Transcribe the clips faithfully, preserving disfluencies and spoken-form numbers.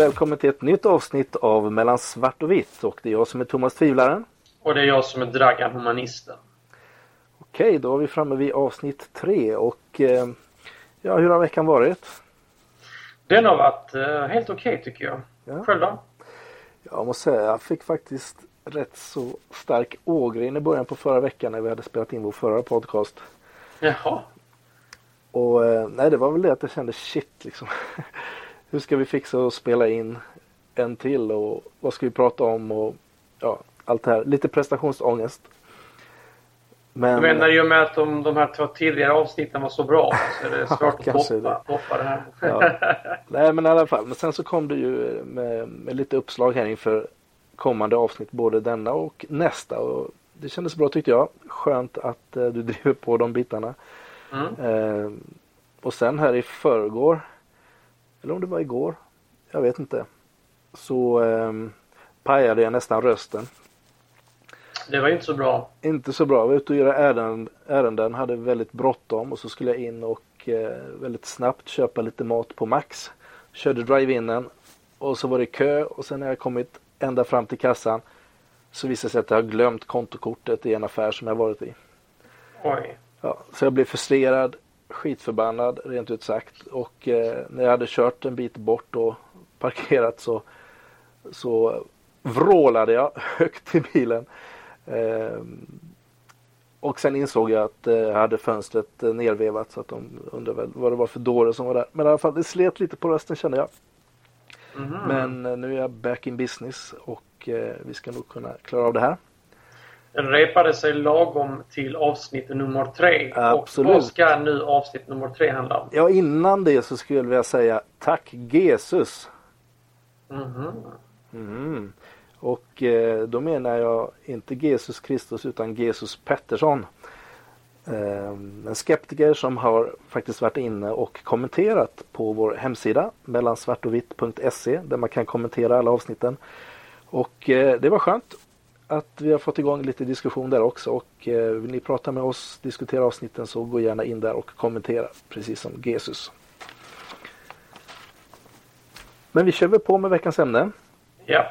välkommen till ett nytt avsnitt av Mellan svart och vitt. Och det är jag som är Thomas Tvivlaren. Och det är jag som är Dragan Humanisten. Okej, då är vi framme vid avsnitt tre. Och eh, ja, hur har veckan varit? Den har varit eh, helt okej okay, tycker jag. Ja. Själv då? Jag måste säga, jag fick faktiskt rätt så stark ågren i början på förra veckan när vi hade spelat in vår förra podcast. Jaha. Och eh, nej, det var väl det att jag kände shit liksom. Hur ska vi fixa att spela in en till och vad ska vi prata om och ja, allt det här. Lite prestationsångest. Men, du menar ju med att de, de här två tidigare avsnitten var så bra så är det svårt att toppa, det. toppa det här. Ja. Nej, men i alla fall. Men sen så kom det ju med, med lite uppslag här inför kommande avsnitt, både denna och nästa. Och det kändes bra tyckte jag. Skönt att eh, du driver på de bitarna. Mm. Eh, och sen här i förrgår, eller om det var igår, jag vet inte, så eh, pajade jag nästan rösten. Det var inte så bra. Inte så bra. Jag var ute och göra ärenden, ärenden hade väldigt bråttom och så skulle jag in och eh, väldigt snabbt köpa lite mat på Max. Körde drive-inen och så var det kö och sen när jag kommit ända fram till kassan så visade det sig att jag har glömt kontokortet i en affär som jag varit i. Oj. Ja, så jag blev frustrerad, skitförbannad rent ut sagt, och eh, när jag hade kört en bit bort och parkerat så, så vrålade jag högt i bilen. Eh, och sen insåg jag att eh, jag hade fönstret eh, nervevat så att de undrade väl vad det var för dåre som var där. Men i alla fall, det slet lite på rösten kände jag. Mm-hmm. Men eh, nu är jag back in business och eh, vi ska nog kunna klara av det här. Den repade sig lagom till avsnitt nummer tre. Absolut. Och vad ska nu avsnitt nummer tre handla om? Ja, innan det så skulle jag vilja säga tack Jesus. Mhm. Mm. Och eh, då menar jag inte Jesus Kristus utan Jesus Pettersson. Eh, en skeptiker som har faktiskt varit inne och kommenterat på vår hemsida mellan svart och vitt punkt se där man kan kommentera alla avsnitten. Och eh, det var skönt att vi har fått igång lite diskussion där också. Och eh, vill ni prata med oss, diskutera avsnitten, så gå gärna in där och kommentera precis som Jesus. Men vi kör väl på med veckans ämne. Ja.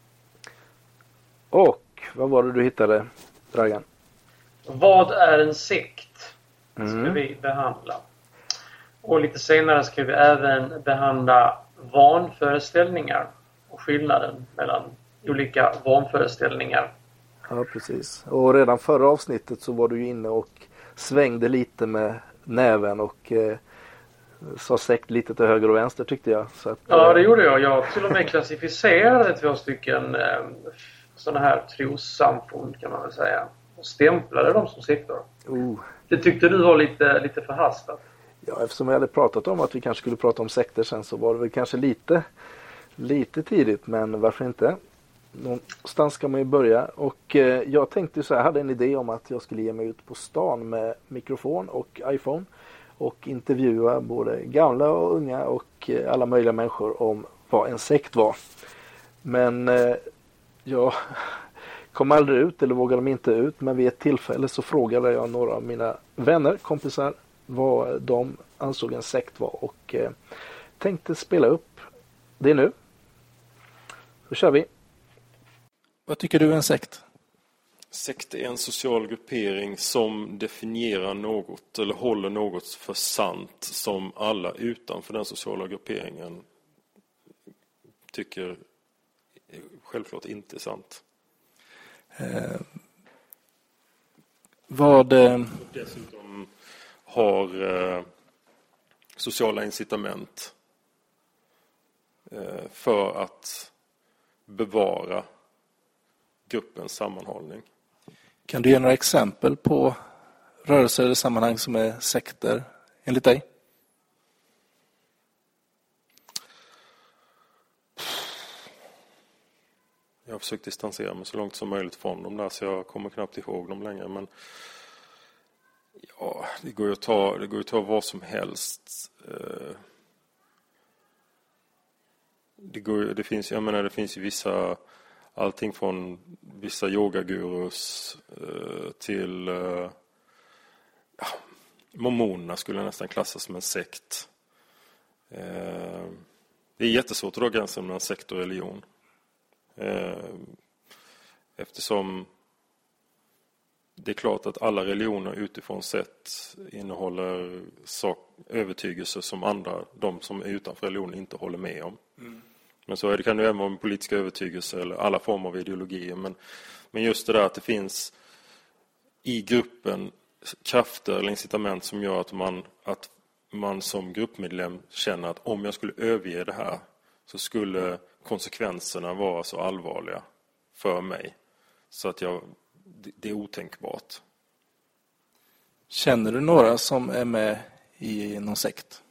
Och vad var det du hittade, Dragan? Vad är en sekt? Ska Mm. vi behandla. Och lite senare ska vi även behandla vanföreställningar och skillnaden mellan olika vanföreställningar. Ja, precis. Och redan förra avsnittet så var du ju inne och svängde lite med näven och eh, sa sekt lite till höger och vänster tyckte jag. Så att, ja, det gjorde jag. Jag till och med klassificerade två stycken eh, sådana här trossamfund kan man väl säga. Och stämplade dem som sektor. Oh. Det tyckte du var lite, lite förhastat. Ja, eftersom vi hade pratat om att vi kanske skulle prata om sekter sen så var det väl kanske lite, lite tidigt. Men varför inte? Någonstans ska man ju börja. Och eh, jag tänkte så här, jag hade en idé om att jag skulle ge mig ut på stan med mikrofon och iPhone. Och intervjua både gamla och unga och eh, alla möjliga människor om vad en sekt var. Men eh, jag kom aldrig ut eller vågade mig inte ut. Men vid ett tillfälle så frågade jag några av mina vänner, kompisar, vad de ansåg en sekt var. Och eh, tänkte spela upp det nu. Då kör vi. Vad tycker du är en sekt? Sekt är en social gruppering som definierar något eller håller något för sant som alla utanför den sociala grupperingen tycker självklart inte är sant. Eh, vad... Eh... Dessutom har eh, sociala incitament eh, för att bevara gruppens sammanhållning. Kan du ge några exempel på rörelser eller sammanhang som är sekter enligt dig? Jag har försökt distansera mig så långt som möjligt från dem där så jag kommer knappt ihåg dem längre. Men ja, det går ju att ta, det går ju att ta vad som helst. Det, går, det, finns, jag menar, det finns ju vissa... Allting från vissa yogagurus eh, till eh, ja, mormonerna skulle nästan klassas som en sekt. Eh, Det är jättesvårt att dra gränsen mellan sekt och religion. Eftersom det är klart att alla religioner utifrån sett innehåller sak, övertygelser som andra, de som är utanför religion, inte håller med om. Mm. Men så är det, kan det även vara med politiska övertygelser eller alla former av ideologier. Men, men just det där att det finns i gruppen krafter eller incitament som gör att man, att man som gruppmedlem känner att om jag skulle överge det här så skulle konsekvenserna vara så allvarliga för mig. Så att jag, det är otänkbart. Känner du några som är med i någon sekt?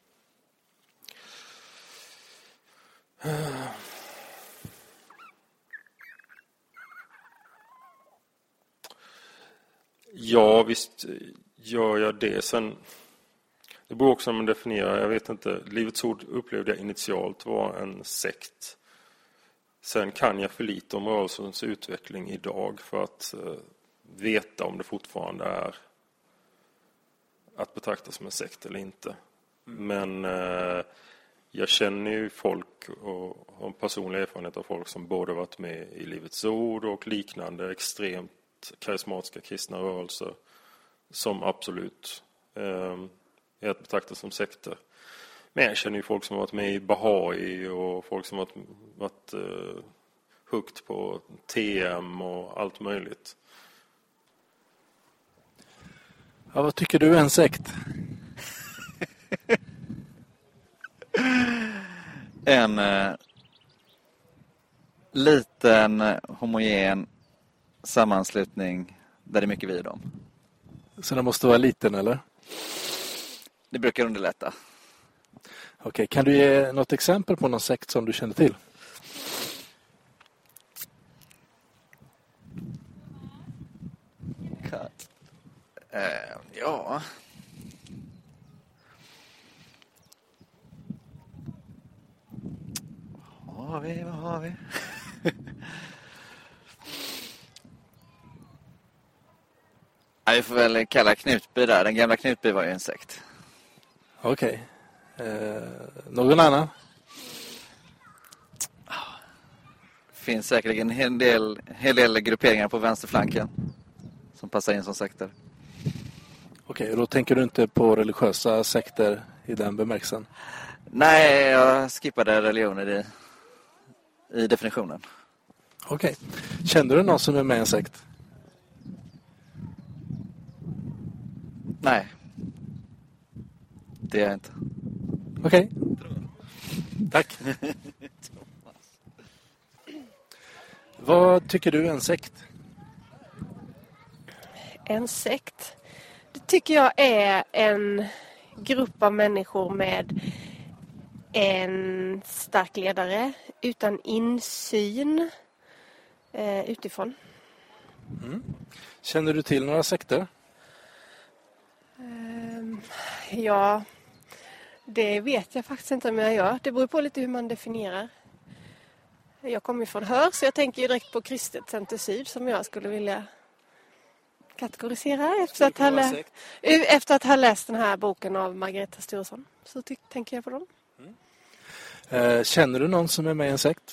Ja, visst gör jag det. Sen, det beror också om man definierar, jag vet inte, Livets Ord upplevde jag initialt var en sekt. Sen kan jag för lite om rörelsens utveckling idag för att uh, veta om det fortfarande är att betrakta som en sekt eller inte. Mm. Men uh, jag känner ju folk och har en personlig erfarenhet av folk som både varit med i Livets Ord och liknande extremt karismatiska kristna rörelser som absolut uh, är att betrakta som sekter. Men jag känner ju folk som har varit med i Bahai och folk som har varit, varit uh, hukt på T M och allt möjligt. Ja, vad tycker du är en sekt? en uh, liten homogen sammanslutning där det är mycket vi om. Så den måste vara liten, eller? Det brukar underlätta. Okej, kan du ge något exempel på någon sekt som du känner till? Uh, ja. Vad har vi? Vad har vi? Ja, vi får väl kalla Knutby där. Den gamla Knutby var ju en sekt. Okej. Eh, någon annan? Finns säkert en hel del, hel del grupperingar på vänsterflanken som passar in som sekter. Okej, då tänker du inte på religiösa sekter i den bemärkelsen? Nej, jag skippade religioner i, i definitionen. Okej. Känner du någon som är med i en sekt? Nej. Det är jag inte. Okej. Tack. Vad tycker du är en sekt? En sekt? Det tycker jag är en grupp av människor med en stark ledare utan insyn eh, utifrån. Mm. Känner du till några sekter? Um, ja, det vet jag faktiskt inte om jag gör. Det beror på lite hur man definierar. Jag kommer från Hör, så jag tänker ju direkt på Kristet Center Syd som jag skulle vilja kategorisera efter att, ha lä- efter att ha läst den här boken av Margareta Sturesson. Så ty- tänker jag på dem. Mm. Eh, känner du någon som är med i en sekt?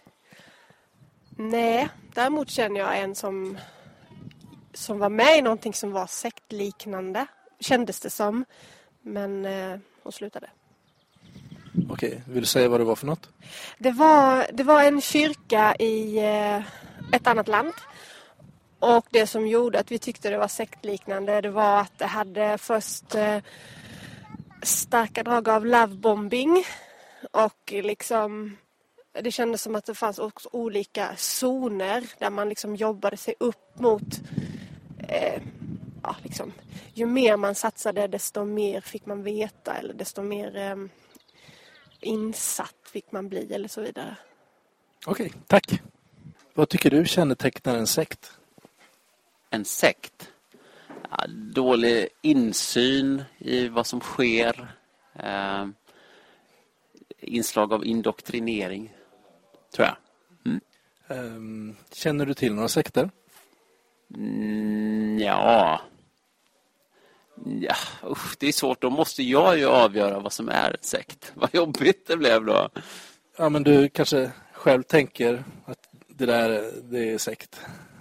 Nej, däremot känner jag en som, som var med i någonting som var sektliknande. Kändes det som, men eh, hon slutade. Okej, vill du säga vad det var för något? Det var, det var en kyrka i eh, ett annat land. Och det som gjorde att vi tyckte det var sektliknande, det var att det hade först eh, starka drag av lovebombing. Och liksom, det kändes som att det fanns också olika zoner där man liksom jobbade sig upp mot... Eh, ja, liksom, ju mer man satsade, desto mer fick man veta. Eller desto mer eh, insatt fick man bli, eller så vidare. Okej, tack. Vad tycker du kännetecknar en sekt? En sekt? Ja, dålig insyn i vad som sker. Eh, inslag av indoktrinering, tror jag. Mm. Um, känner du till några sekter? Mm, ja. Ja, usch, det är svårt. Då måste jag ju avgöra vad som är sekt. Vad jobbigt det blev då. Ja, men du kanske själv tänker att det där det är sekt.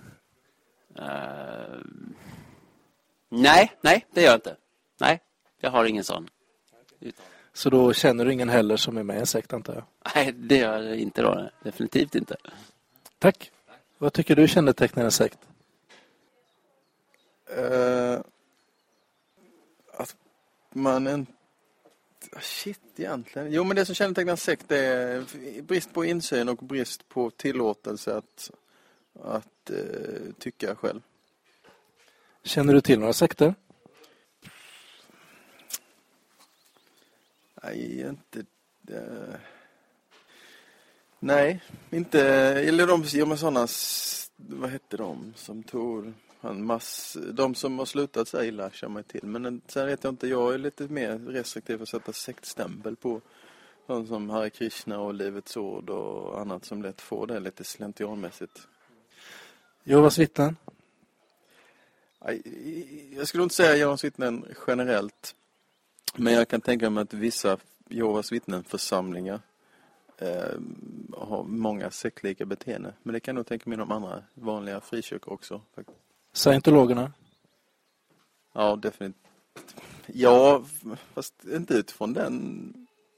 Uh, nej, nej, det gör jag inte. Nej, jag har ingen sån. Så då känner du ingen heller som är med i en sekt, antar jag? Nej, det gör jag inte då. Definitivt inte. Tack. Vad tycker du kännetecknar en sekt? Uh, att man inte... Shit, egentligen. Jo, men det som kännetecknar en sekt är brist på insyn och brist på tillåtelse att, att uh, tycka själv. Känner du till några sekter? Nej, inte... Uh, nej, inte... Eller de gör med sådana... Vad hette de som tog... Han mass, de som har slutat säga illa känner mig till. Men sen vet jag inte, jag är lite mer restriktiv att sätta sektstämpel på de som Hare Krishna och Livets ord och annat som lätt får det lite slentrianmässigt. Jehovas vittnen? Jag skulle inte säga Jehovas vittnen generellt. Men jag kan tänka mig att vissa Jehovas vittnen-församlingar eh, har många sektlika beteende. Men det kan jag nog tänka mig om andra vanliga frikyrkor också faktiskt. Scientologerna? Ja, definitivt. Ja, fast inte utifrån den.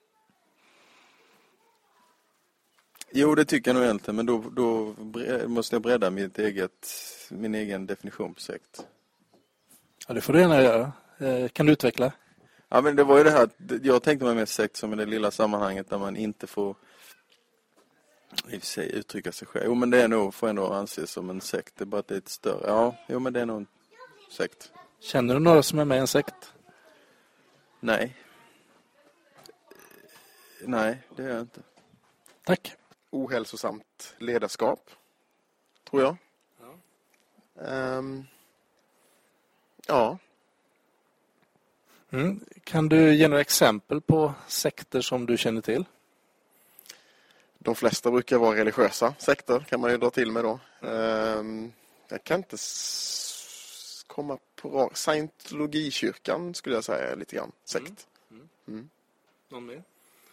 Jo, det tycker jag nog egentligen. Men då, då måste jag bredda mitt eget, min egen definition på sekt. Ja, det får du gärna göra. Kan du utveckla? Ja, men det var ju det här att jag tänkte mig med sekt som i det lilla sammanhanget där man inte får i och för sig uttrycka sig själv. Jo, men det är nog, får ändå anses som en sekt. Det är bara att det är ett större. Ja, jo, men det är nog en sekt. Känner du några som är med i en sekt? Nej. Nej, det gör jag inte. Tack. Ohälsosamt ledarskap, tror jag. Ja. Um, ja. Mm. Kan du ge några exempel på sekter som du känner till? De flesta brukar vara religiösa sekter, kan man ju dra till med då. Um, jag kan inte s- komma på... Scientologikyrkan skulle jag säga är lite grann sekt. Mm. Mm. Någon mer?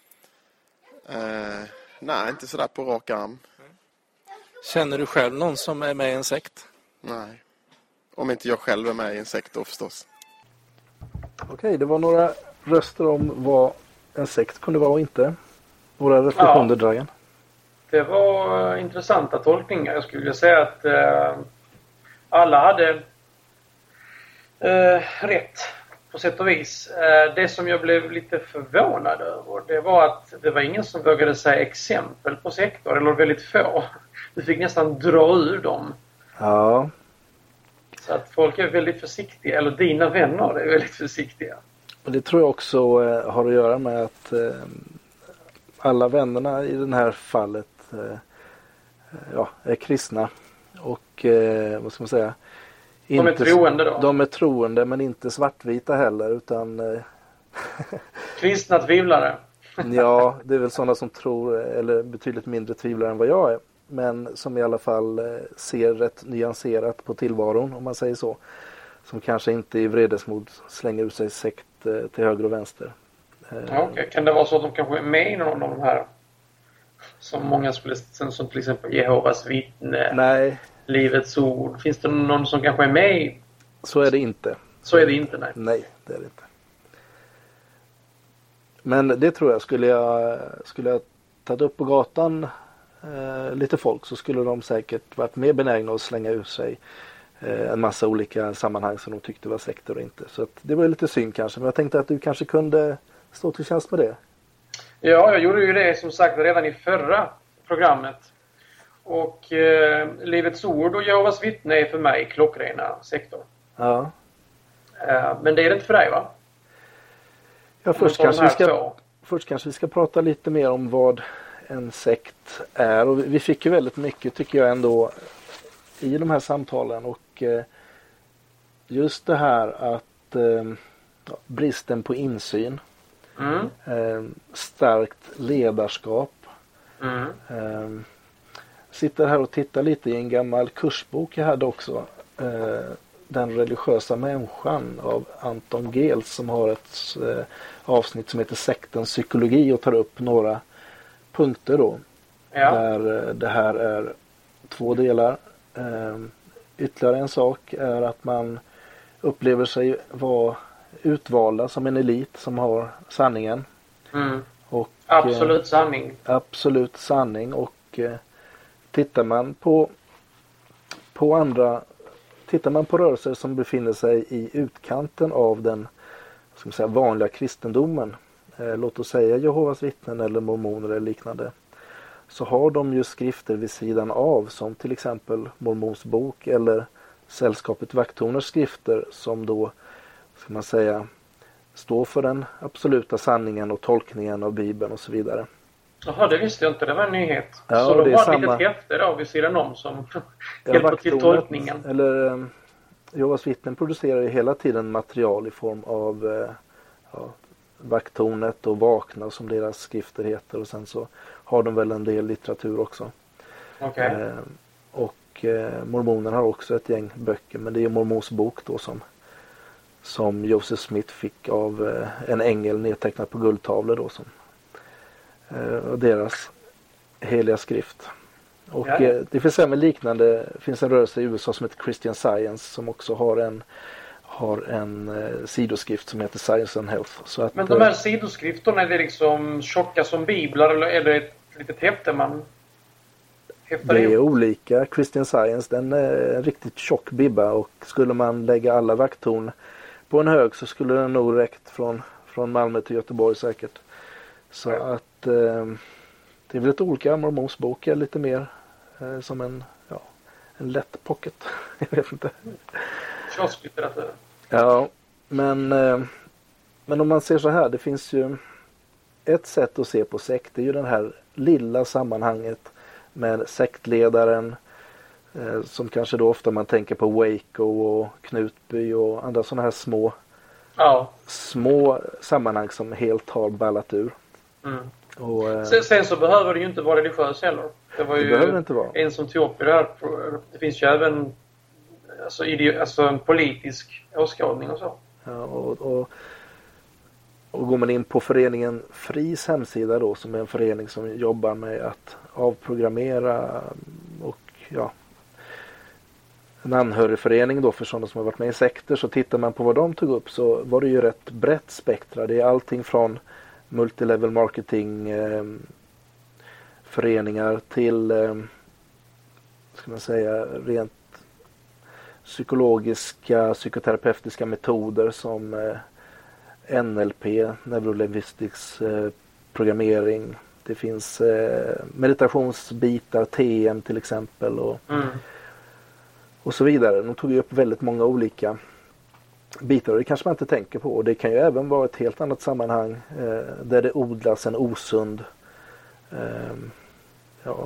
Uh, nej, inte sådär på rak arm. Känner du själv någon som är med i en sekt? Nej. Om inte jag själv är med i en sekt då förstås. Okej, det var några röster om vad en sekt kunde vara och inte. Några reflektioner, ja. Dragan. Det var intressanta tolkningar. Jag skulle vilja säga att eh, alla hade eh, rätt på sätt och vis. Eh, det som jag blev lite förvånad över, det var att det var ingen som vågade säga exempel på sektor, eller väldigt få. Du fick nästan dra ur dem. Ja. Så att folk är väldigt försiktiga, eller dina vänner är väldigt försiktiga. Och det tror jag också eh, har att göra med att eh, alla vännerna i det här fallet eh, ja, är kristna. Och eh, vad ska man säga? De är troende då? De är troende, men inte svartvita heller, utan... Eh, kristna tvivlare? Ja, det är väl sådana som tror, eller betydligt mindre tvivlare än vad jag är. Men som i alla fall eh, ser rätt nyanserat på tillvaron, om man säger så. Som kanske inte i vredesmod slänger ut sig sekt eh, till höger och vänster. Eh, ja, okay. Kan det vara så att de kanske är med i någon av de här som många skulle, som till exempel Jehovas vittne, nej. Livets ord? Finns det någon som kanske är med i? Så är det inte. Så är det inte, nej. Nej, det är det inte. Men det tror jag, skulle jag, skulle jag tagit upp på gatan eh, lite folk, så skulle de säkert varit mer benägna att slänga ur sig eh, en massa olika sammanhang som de tyckte var sektor och inte. Så att det var lite synd kanske, men jag tänkte att du kanske kunde stå till tjänst med det. Ja, jag gjorde ju det som sagt redan i förra programmet. Och eh, Livets ord och Jehovas vittne är för mig klockrena sektor. Ja. Eh, men det är det inte för dig, va? Ja, först kanske, vi ska, först kanske vi ska prata lite mer om vad en sekt är. Och vi fick ju väldigt mycket, tycker jag ändå, i de här samtalen. Och eh, just det här att eh, bristen på insyn, mm. eh, starkt ledarskap. Mm. Eh, sitter här och tittar lite i en gammal kursbok jag hade också. Eh, Den religiösa människan av Anton Gels som har ett eh, avsnitt som heter Sektens psykologi och tar upp några punkter då. Ja. Där eh, det här är två delar. Eh, ytterligare en sak är att man upplever sig vara utvalda som en elit som har sanningen. Mm. Och, Absolut sanning. Eh, absolut sanning. Och eh, tittar man på, på andra tittar man på rörelser som befinner sig i utkanten av den ska man säga, vanliga kristendomen, eh, låt oss säga Jehovas vittnen eller mormoner eller liknande, så har de ju skrifter vid sidan av som till exempel Mormons bok eller Sällskapet Vakthorners skrifter som då ska man säga står för den absoluta sanningen och tolkningen av Bibeln och så vidare. Jaha, det visste jag inte. Det var en nyhet. Ja, så de det är har samma... ett litet häfte då vid sidan om som ja, hjälper till tolkningen. Eller eh, Jehovas vittnen producerar ju hela tiden material i form av eh, ja, Vakthornet och Vakna som deras skrifter heter, och sen så har de väl en del litteratur också. Okay. Eh, och eh, mormonen har också ett gäng böcker, men det är Mormons bok då som som Joseph Smith fick av eh, en ängel nedtecknad på guldtavlor då som eh, och deras heliga skrift. Och ja. eh, det finns även liknande, finns en rörelse i U S A som heter Christian Science som också har en har en eh, sidoskrift som heter Science and Health. Så att, men de här eh, sidoskrifterna, är det liksom tjocka som biblar eller är det ett litet häfte man häftar det är ihop? olika. Christian Science, den är en riktigt tjock bibba, och skulle man lägga alla vakthorn på en hög så skulle den nog räckt från, från Malmö till Göteborg säkert. Så ja. att eh, det är väl lite olika. Mormons bok är lite mer eh, som en, ja, en lätt pocket. Jag vet inte. Kiosklitteratur. Ja, men, eh, men om man ser så här, det finns ju ett sätt att se på sekt. Det är ju det här lilla sammanhanget med sektledaren, eh, som kanske då ofta man tänker på Waco och Knutby och andra sådana här små ja. små sammanhang som helt har ballat ur. Mm. Och, eh, sen, sen så behöver det ju inte vara religiös heller. Det var det ju behöver inte vara. En som tog upp i det här. Det finns ju även alltså, ide, alltså en politisk åskådning och så. Ja, och, och, och går man in på föreningen Fris hemsida då, som är en förening som jobbar med att avprogrammera och ja, en anhörigförening då för sådana som har varit med i sekter, så tittar man på vad de tog upp så var det ju rätt brett spektra. Det är allting från multilevel marketing eh, föreningar till eh, ska man säga rent psykologiska, psykoterapeutiska metoder som eh, N L P, neurolinguistics eh, programmering. Det finns eh, meditationsbitar, T M till exempel och, Mm. och så vidare. De tog ju upp väldigt många olika bitar och det kanske man inte tänker på. Och det kan ju även vara ett helt annat sammanhang eh, där det odlas en osund eh, ja,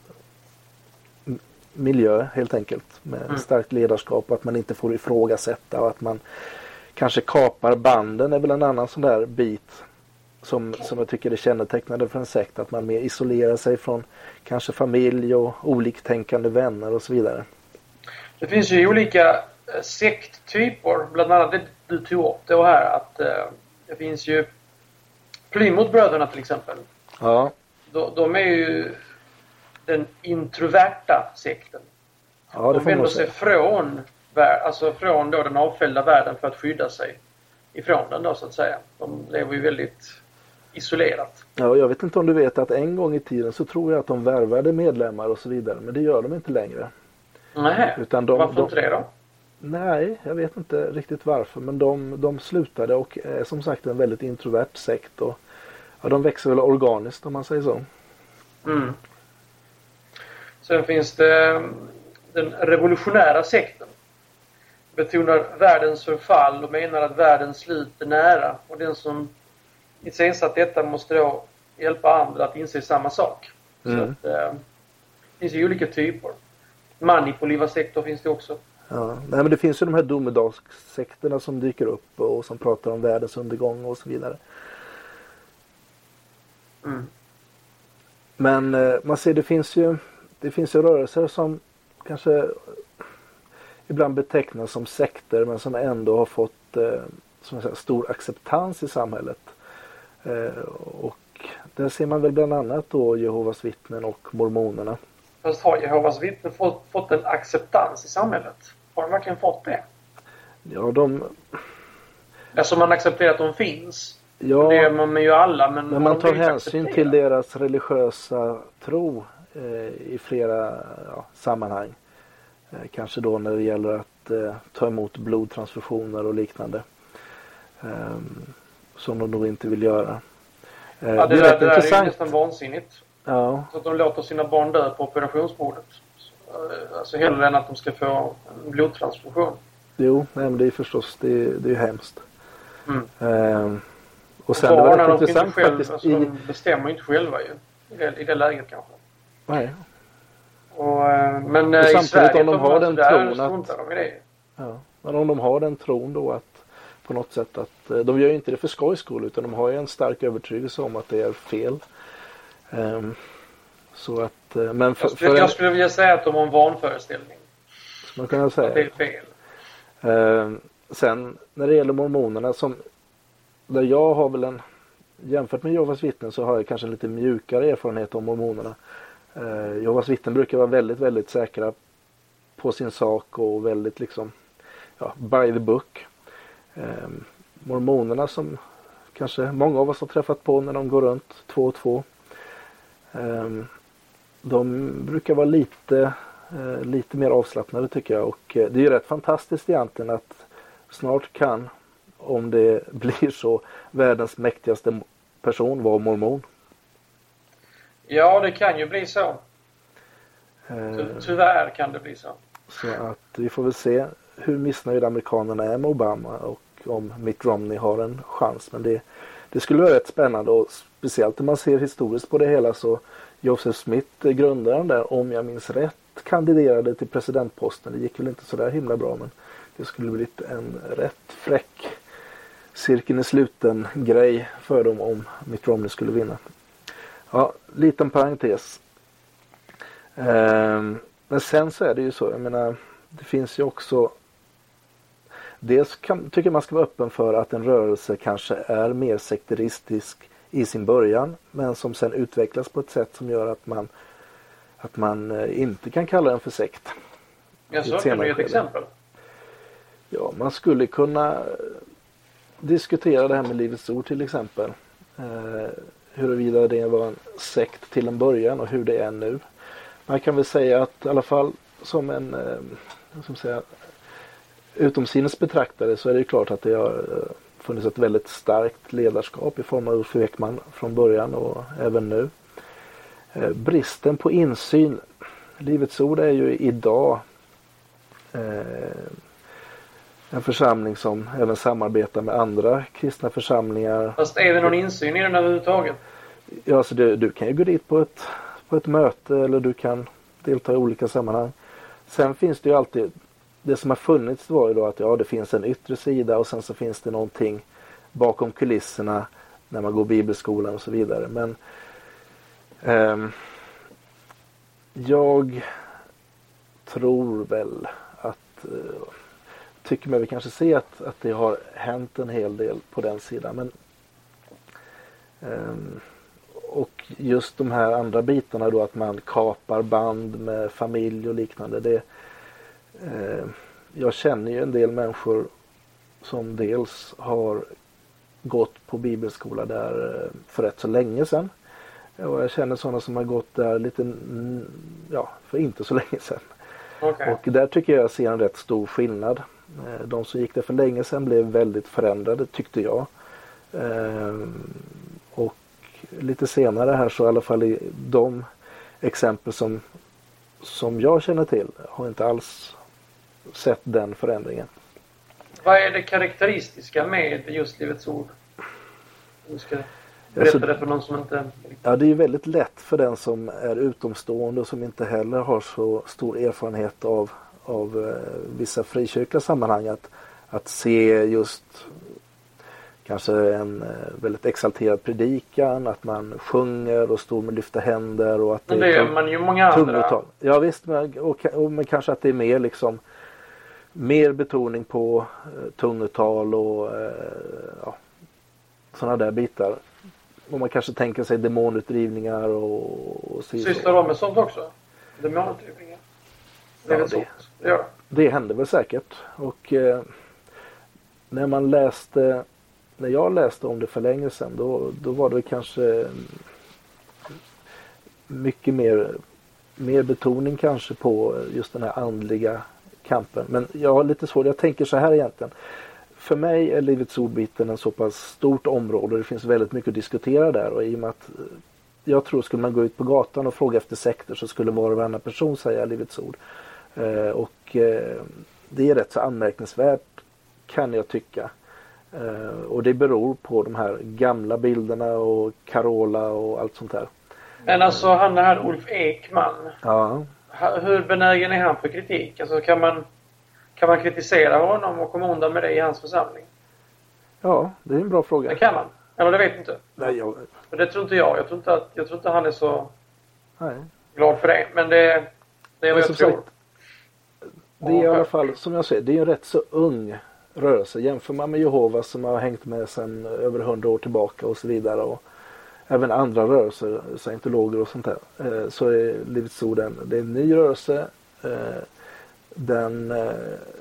m- miljö helt enkelt med Mm. starkt ledarskap och att man inte får ifrågasätta och att man kanske kapar banden är väl en annan sån där bit som, som jag tycker är kännetecknande för en sekt, att man mer isolerar sig från kanske familj och oliktänkande vänner och så vidare. Det finns ju olika eh, sekttyper, bland annat det du tog upp det här att eh, det finns ju Plymouth-bröderna till exempel. Ja. De, de är ju den introverta sekten. Ja, det de får man vänder sig säga. från, vär- alltså från då den avfällda världen för att skydda sig ifrån den då så att säga. De lever ju väldigt isolerat. Ja, jag vet inte om du vet att en gång i tiden så tror jag att de värvade medlemmar och så vidare, men det gör de inte längre. Nej, Utan de, varför de, inte det då? Nej, jag vet inte riktigt varför, men de, de slutade och är som sagt en väldigt introvert sekt och ja, de växer väl organiskt om man säger så. Mm. Sen finns det den revolutionära sekten. Betonar världens förfall och menar att världens slut är nära. Och den som iscensatt detta måste då hjälpa andra att inse samma sak. Mm. Så att, eh, det finns ju olika typer. Manipulativa sektor finns det också. Ja, nej, men det finns ju de här domedagssekterna som dyker upp och som pratar om världens undergång och så vidare. Mm. Men eh, man ser det finns ju det finns ju rörelser som kanske ibland betecknas som sekter men som ändå har fått eh, som jag säger, stor acceptans i samhället. Eh, och där ser man väl bland annat då Jehovas vittnen och mormonerna. Fast har Jehovas vittnen fått, fått en acceptans i samhället? Har de verkligen fått det? Ja, de... Alltså man accepterar att de finns. Ja, det är man ju alla. Men, men man tar hänsyn till deras religiösa tro eh, i flera ja, sammanhang. Eh, kanske då när det gäller att eh, ta emot blodtransfusioner och liknande. Eh, som de nog inte vill göra. Eh, ja, det, det är där, rätt det där intressant. är ju nästan vansinnigt. Ja. Så att de låter sina barn dö på operationsbordet. Alltså hellre än att de ska få en blodtransfusion. Jo, nej, men det är förstås det, det är ju hemskt. Mm. Eh, och sen och det var barnen, rätt de intressant själv, faktiskt. alltså, I... De bestämmer inte själva ju. I det, i det läget kanske. Nej. Och, eh, men eh, och i Sverige om de har den tron struntar de i det. Ja, men om de har den tron då att på något sätt att de gör ju inte det för skojs skull utan de har ju en stark övertygelse om att det är fel. Um, så att men för, jag, skulle, för jag skulle vilja säga att de har en vanföreställning. Man kan säga att det är fel. Um, sen när det gäller mormonerna som där jag har väl en jämfört med Jehovas vittnen så har jag kanske en lite mjukare erfarenhet om mormonerna. Uh, Jehovas vittnen brukar vara väldigt väldigt säkra på sin sak och väldigt liksom ja, by the book. Um, mormonerna som kanske många av oss har träffat på när de går runt två och två. Um, de brukar vara lite uh, lite mer avslappnade tycker jag och uh, det är ju rätt fantastiskt egentligen att snart kan om det blir så världens mäktigaste person vara mormon. Ja, det kan ju bli så. Uh, Tyvärr kan det bli så. Så att vi får väl se hur missnöjda amerikanerna är med Obama och om Mitt Romney har en chans. Men det, det skulle vara rätt spännande och speciellt när man ser historiskt på det hela så Joseph Smith, grundaren där, om jag minns rätt, kandiderade till presidentposten. Det gick väl inte så där himla bra men det skulle blivit en rätt fräck cirkeln i sluten grej för dem om Mitt Romney skulle vinna. Ja, liten parentes. Ehm, men sen så är det ju så, jag menar, det finns ju också dels kan, tycker man ska vara öppen för att en rörelse kanske är mer sekteristisk i sin början men som sen utvecklas på ett sätt som gör att man att man inte kan kalla den för sekt. Ja, så kan du ge ett exempel. Ja, man skulle kunna diskutera det här med Livets ord till exempel. Eh, huruvida det var en sekt till en början och hur det är nu. Man kan väl säga att i alla fall som en eh, som säga, utomsinnes betraktare så är det klart att det har funnits ett väldigt starkt ledarskap i form av Ulf Ekman från början och även nu. Eh, bristen på insyn. Livets ord är ju idag eh, en församling som även samarbetar med andra kristna församlingar. Fast är det någon insyn i den överhuvudtaget? Ja, så du, du kan ju gå dit på ett, på ett möte eller du kan delta i olika sammanhang. Sen finns det ju alltid, det som har funnits var ju då att ja, det finns en yttre sida och sen så finns det någonting bakom kulisserna när man går bibelskolan och så vidare. Men ehm, jag tror väl att eh, tycker man vi kanske se att, att det har hänt en hel del på den sidan. Men um, och just de här andra bitarna då att man kapar band med familj och liknande. Det, uh, jag känner ju en del människor som dels har gått på bibelskola där för rätt så länge sedan. Och jag känner sådana som har gått där lite, ja, för inte så länge sedan. Okay. Och där tycker jag ser en rätt stor skillnad. De som gick där för länge sedan blev väldigt förändrade tyckte jag. Och lite senare här så i alla fall i de exempel som, som jag känner till har inte alls sett den förändringen. Vad är det karaktäristiska med just Livets ord? Du ska berätta alltså, det för någon som inte... Ja, det är ju väldigt lätt för den som är utomstående och som inte heller har så stor erfarenhet av, av eh, vissa frikyrkliga sammanhang att, att se just kanske en eh, väldigt exalterad predikan, att man sjunger och står med lyfta händer och att men det gör man ju många andra. Ja visst, men, och, och, men kanske att det är mer liksom mer betoning på eh, tungotal och eh, ja, sådana där bitar. Och man kanske tänker sig demonutdrivningar och, och så. Sysslar de med sånt också? Demonutdrivningar? Det är Ja, väl så? det, Ja. det händer väl säkert. Och eh, när man läste, när jag läste om det för länge sedan, då, då var det kanske mycket mer, mer betoning kanske på just den här andliga kampen. Men jag har lite svårt, jag tänker så här egentligen. För mig är Livets Ord-biten en så pass stort område och det finns väldigt mycket att diskutera där. Och i och med att jag tror skulle man gå ut på gatan och fråga efter sekter så skulle var och varannan person säga Livets Ord. Eh, och eh, det är rätt så anmärkningsvärt kan jag tycka. Eh, och det beror på de här gamla bilderna och Carola och allt sånt där. Men alltså han här Ulf Ekman. Ja. Hur benägen är han för kritik? Alltså kan man, kan man kritisera honom och komma undan med det i hans församling? Ja, det är en bra fråga. Det kan man. Eller det vet inte. Nej, jag... För det tror inte jag. Jag tror inte, att, jag tror inte han är så Nej. glad för det. Men det, det är vad Men jag som tror. sagt, det är i alla fall, som jag säger, det är en rätt så ung rörelse. Jämför man med Jehova som har hängt med sedan över hundra år tillbaka och så vidare. Och även andra rörelser, scientologer och sånt där. Eh, så är Livets Ord en, det är en ny rörelse. Eh, den, eh,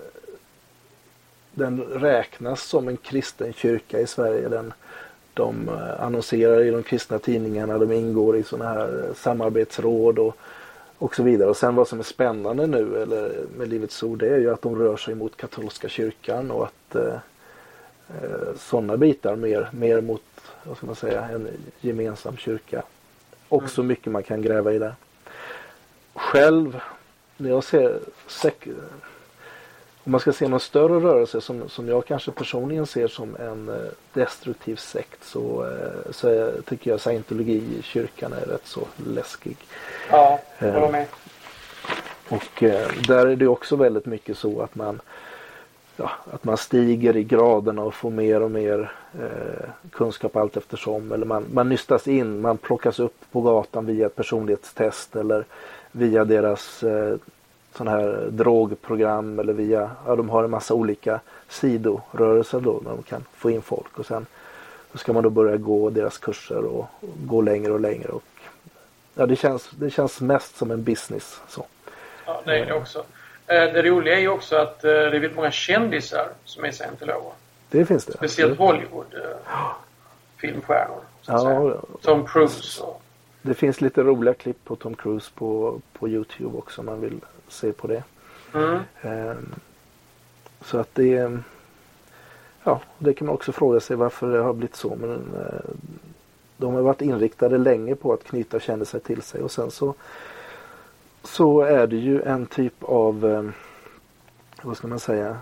den räknas som en kristen kyrka i Sverige. Den, de annonserar i de kristna tidningarna, de ingår i sådana här samarbetsråd och, och så vidare. Och sen vad som är spännande nu eller med Livets Ord, det är ju att de rör sig mot katolska kyrkan och att eh, sådana bitar mer, mer mot, vad ska man säga, en gemensam kyrka. Och så mycket man kan gräva i det. Själv, när jag ser sek- om man ska se någon större rörelse som, som jag kanske personligen ser som en eh, destruktiv sekt, så, eh, så jag, tycker jag scientologikyrkan är rätt så läskig. Ja, jag håller med. Och eh, där är det också väldigt mycket så att man ja, att man stiger i graderna och får mer och mer eh, kunskap allt eftersom. Eller man, man nystas in, man plockas upp på gatan via ett personlighetstest eller via deras eh, sån här drogprogram eller via, ja de har en massa olika sidorörelser då när de kan få in folk och sen då ska man då börja gå deras kurser och, och gå längre och längre och ja det känns, det känns mest som en business så. Ja, det är det också. Det roliga är ju också att det är väldigt många kändisar som är scientologer. Det finns det. Speciellt Hollywood filmstjärnor. Ja, Tom Cruise. Och... Det finns lite roliga klipp på Tom Cruise på, på YouTube också om man vill se på det. Mm. Um, så att det ja, det kan man också fråga sig varför det har blivit så. Men uh, de har varit inriktade länge på att knyta kändisar till sig och sen så så är det ju en typ av um, vad ska man säga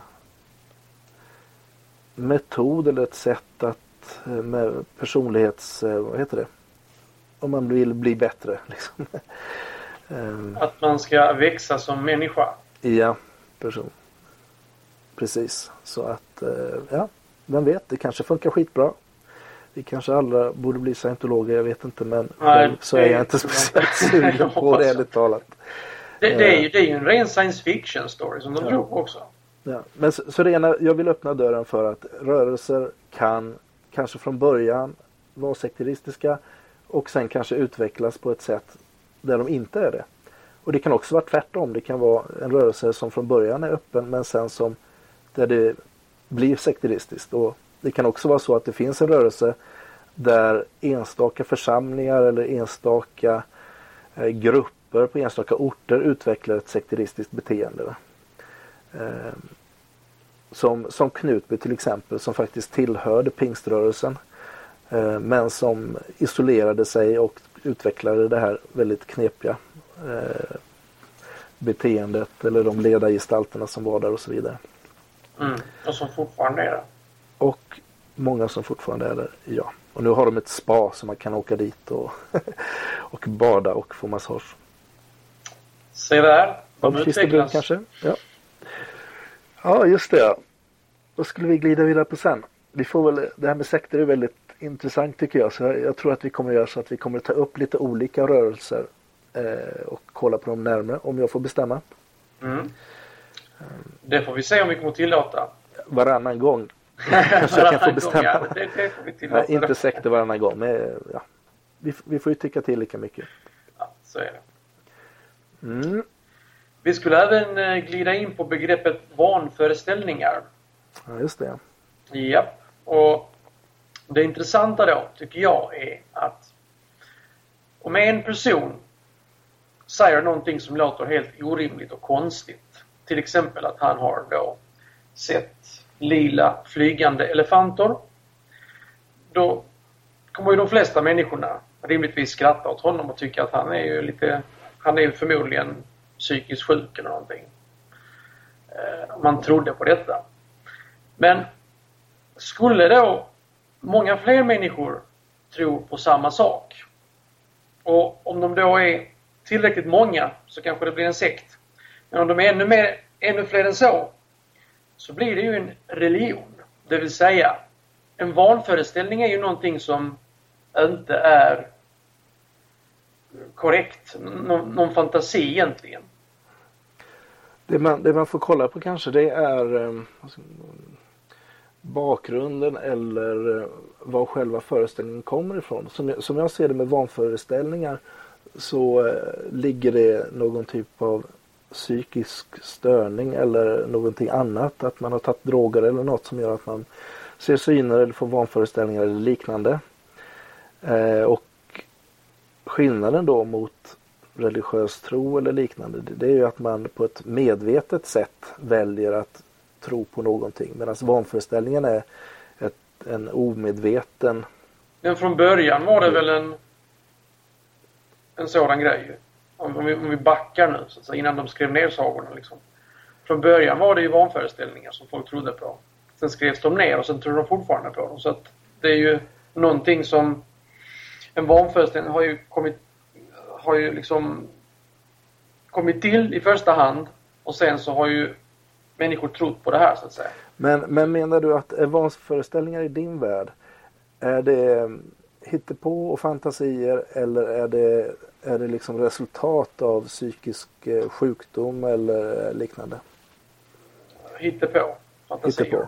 metod eller ett sätt att med personlighets, vad heter det? Om man vill bli bättre liksom. Att man ska växa som människa. Ja, person. Precis. Så att, ja, vem vet, det kanske funkar skitbra. Vi kanske alla borde bli scientologer, jag vet inte, men Nej, själv så är jag inte speciellt sugen på det, ärligt talat. Det, det, är ju, det är ju en ren science fiction story som de ja. drog också. Ja. Men så, så det ena, jag vill öppna dörren för att rörelser kan kanske från början vara sekteristiska och sen kanske utvecklas på ett sätt där de inte är det. Och det kan också vara tvärtom. Det kan vara en rörelse som från början är öppen men sen som där det blir sekteristiskt. Och det kan också vara så att det finns en rörelse där enstaka församlingar eller enstaka eh, grupper på enstaka orter utvecklar ett sekteristiskt beteende. Eh, som, som Knutby till exempel, som faktiskt tillhörde pingströrelsen eh, men som isolerade sig och utvecklade det här väldigt knepiga eh, beteendet eller de ledargestalterna som var där och så vidare. Mm. Och som fortfarande är där. Och många som fortfarande är där, ja. Och nu har de ett spa som man kan åka dit och, och bada och få massage. Se där, de utvecklas. Kanske, ja. Ja, just det. Ja. Vad skulle vi glida vidare på sen? Vi får väl, det här med sekter är väldigt intressant tycker jag. Så jag, jag tror att vi kommer att göra så att vi kommer att ta upp lite olika rörelser eh, och kolla på dem närmare om jag får bestämma. Mm. Det får vi se om vi kommer tillåta. Varannan gång. Kanske jag kan få bestämma. Gång, ja. det, det får vi tillåta. Nej, inte sekter varannan gång. Men, ja. vi, vi får ju tycka till lika mycket. Ja, så är det. Mm. Vi skulle även glida in på begreppet vanföreställningar. Ja, just det. Ja, och det intressanta då tycker jag är att om en person säger någonting som låter helt orimligt och konstigt, till exempel att han har då sett lila flygande elefanter, då kommer ju de flesta människorna rimligtvis skratta åt honom och tycka att han är ju lite, han är ju förmodligen psykiskt sjuk eller någonting. Eh, man trodde på detta. Men skulle då många fler människor tro på samma sak, och om de då är tillräckligt många så kanske det blir en sekt. Men om de är ännu, mer, ännu fler än så, så blir det ju en religion. Det vill säga, en vanföreställning är ju någonting som inte är korrekt. Någon, någon fantasi egentligen. Det man, det man får kolla på kanske det är eh, bakgrunden eller eh, var själva föreställningen kommer ifrån. Som jag, som jag ser det med vanföreställningar så eh, ligger det någon typ av psykisk störning eller någonting annat. Att man har tagit droger eller något som gör att man ser syner eller får vanföreställningar eller liknande. Eh, och skillnaden då mot religiös tro eller liknande, det är ju att man på ett medvetet sätt väljer att tro på någonting. Medan vanföreställningen är ett, en omedveten... Men från början var det väl en en sådan grej. Om vi, om vi backar nu, så att säga, innan de skrev ner sagorna. Liksom. Från början var det ju vanföreställningar som folk trodde på. Sen skrevs de ner och sen tror de fortfarande på dem. Så att det är ju någonting som... En vanföreställning har ju kommit har ju liksom kommit till i första hand, och sen så har ju människor trott på det här, så att säga. Men, men menar du att vanföreställningar i din värld, är det hittepå och fantasier, eller är det, är det liksom resultat av psykisk sjukdom eller liknande? Hittepå, fantasier. Hittepå.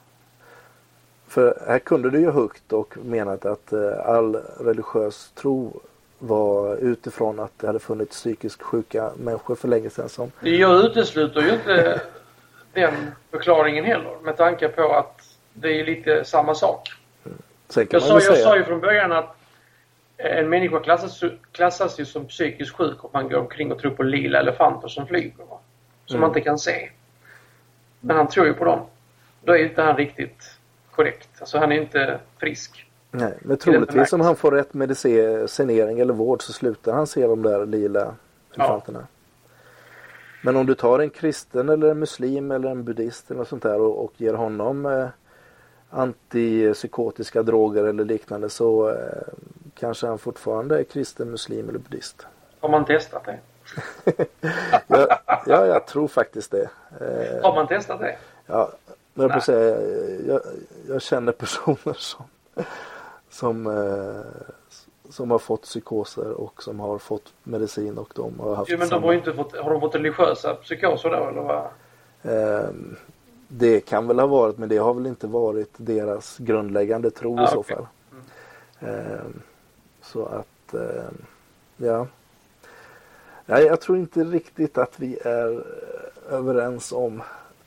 För här kunde du ju högt och menat att all religiös tro var utifrån att det hade funnits psykiskt sjuka människor för länge sedan. Som... Jag utesluter ju inte den förklaringen heller, med tanke på att det är lite samma sak. Mm. Sen kan jag man sa, säga... jag sa ju från början att en människa klassas, klassas ju som psykiskt sjuk om man går omkring och tror på lila elefanter som flyger. Va? Som mm. man inte kan se. Men han tror ju på dem. Då är inte han riktigt korrekt. Alltså han är inte frisk. Nej, men troligtvis om han får rätt medicinering eller vård så slutar han se de där lila elefanterna. Ja. Men om du tar en kristen eller en muslim eller en buddhist eller något sånt där och, och ger honom eh, antipsykotiska droger eller liknande, så eh, kanske han fortfarande är kristen, muslim eller buddhist. Har man testat det? ja, ja, jag tror faktiskt det. Eh, Har man testat det? Ja, jag, på säga, jag, jag känner personer som Som, eh, som har fått psykoser och som har fått medicin, och de har haft jo, men de samma... har inte fått, har de fått religiösa psykoser då, eller vad? Eh, det kan väl ha varit, men det har väl inte varit deras grundläggande tro ah, i så okay. fall. Mm. Eh, så att, eh, ja. Nej, jag tror inte riktigt att vi är överens om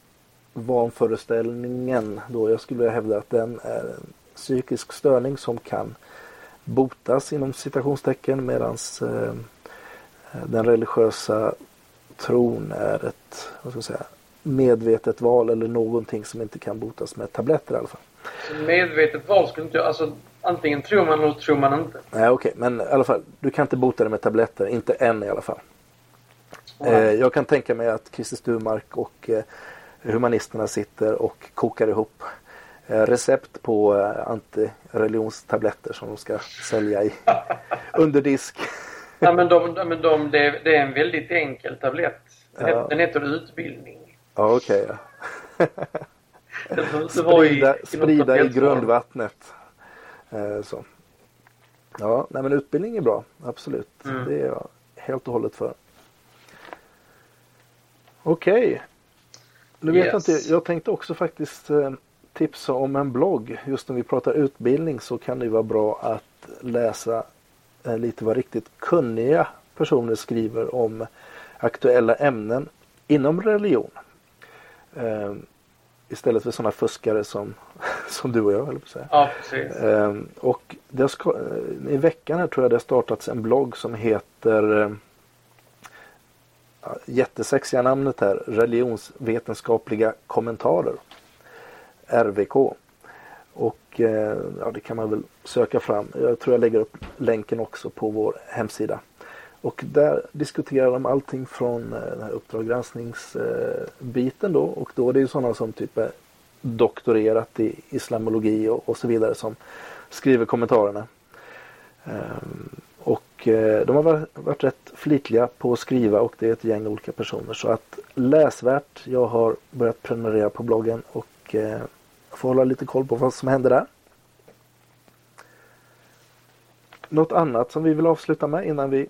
vanföreställningen då. Jag skulle hävda att den är en psykisk störning som kan botas inom citationstecken, medan eh, den religiösa tron är ett, vad ska jag säga, medvetet val eller någonting som inte kan botas med tabletter i alla fall. Medvetet val skulle inte, alltså antingen tror man eller tror man inte. Nej, okej, okay. Men i alla fall, du kan inte bota det med tabletter, inte än i alla fall. Mm. Eh, jag kan tänka mig att Christer Sturmark och eh, humanisterna sitter och kokar ihop recept på antireligionstabletter som de ska sälja i under disk. Ja, men de, men de, det, är, det är en väldigt enkel tablett. Den, ja. Den heter utbildning. Ja, okej. Okay, ja. sprida i, sprida i grundvattnet. Eh, så. Ja, nej, men utbildning är bra. Absolut. Mm. Det är jag helt och hållet för. Okej. Okay. Nu vet Yes. jag inte, jag tänkte också faktiskt eh, tipsa om en blogg. Just när vi pratar utbildning så kan det vara bra att läsa eh, lite vad riktigt kunniga personer skriver om aktuella ämnen inom religion. Eh, istället för sådana fuskare som, som du och jag, höll på att säga. Ja, precis. Eh, och det ska, eh, i veckan här tror jag det har startats en blogg som heter eh, jättesexiga namnet här, religionsvetenskapliga kommentarer, R V K. Och eh, ja, det kan man väl söka fram. Jag tror jag lägger upp länken också på vår hemsida. Och där diskuterar de allting från eh, den här uppdraggranskningsbiten då. Och då är det ju sådana som typ är doktorerat i islamologi och, och så vidare som skriver kommentarerna. Um, och eh, de har varit rätt flitliga på att skriva och det är ett gäng olika personer. Så att läsvärt, jag har börjat prenumerera på bloggen och eh, får hålla lite koll på vad som händer där. Något annat som vi vill avsluta med innan vi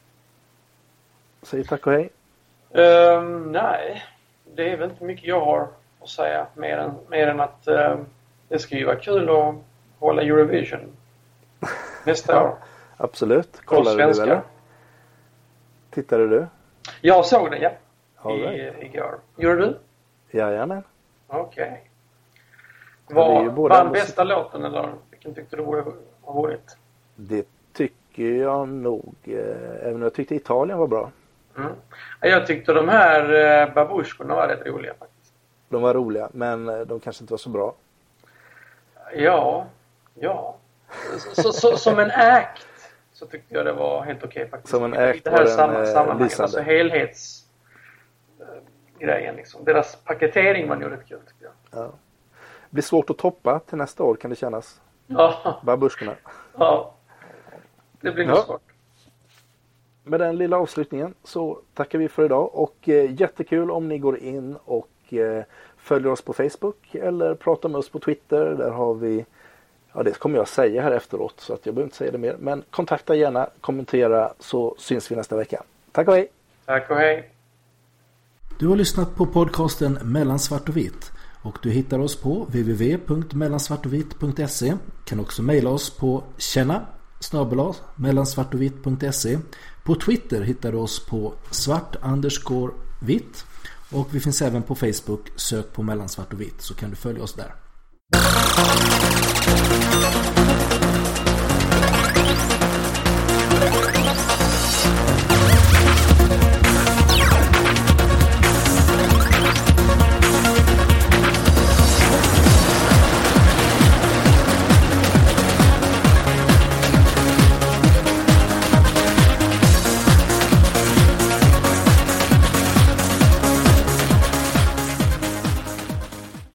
säger tack och hej? Um, nej, det är väl inte mycket jag har att säga mer än, mer än att um, det ska ju vara kul att hålla Eurovision nästa ja, år. Absolut. Kollade du eller? Tittade du? Jag såg den, ja. All I, right. igår. Gjorde du? Jajamän. Okej. Ja, Var det är ju båda vann musik- bästa låten eller vilken tyckte du borde ha varit? Det tycker jag nog. Eh, även om jag tyckte Italien var bra. Mm. Jag tyckte de här eh, babusjkorna var rätt roliga faktiskt. De var roliga, men eh, de kanske inte var så bra. Ja, ja. Så, så, så, som en act så tyckte jag det var helt okej faktiskt. Som en I act det här var den, samma, eh, sammanhanget, lysande. alltså helhets eh, grejen liksom. Deras paketering var nog rätt kul tycker jag. Ja. Det blir svårt att toppa till nästa år kan det kännas. Ja, Babusjkorna. ja. Det blir nog Ja. svårt. Med den lilla avslutningen så tackar vi för idag och eh, jättekul om ni går in och eh, följer oss på Facebook eller pratar med oss på Twitter. Där har vi, ja det kommer jag säga här efteråt så att jag behöver inte säga det mer. Men kontakta gärna, kommentera så syns vi nästa vecka. Tack och hej! Tack och hej! Du har lyssnat på podcasten Mellan svart och vitt och du hittar oss på w w w punkt mellan svart och vitt punkt se. Kan också mejla oss på känna snabel-a mellan svart och vitt punkt se. På Twitter hittar du oss på svart underscore vitt och vi finns även på Facebook. Sök på Mellan svart och vitt så kan du följa oss där.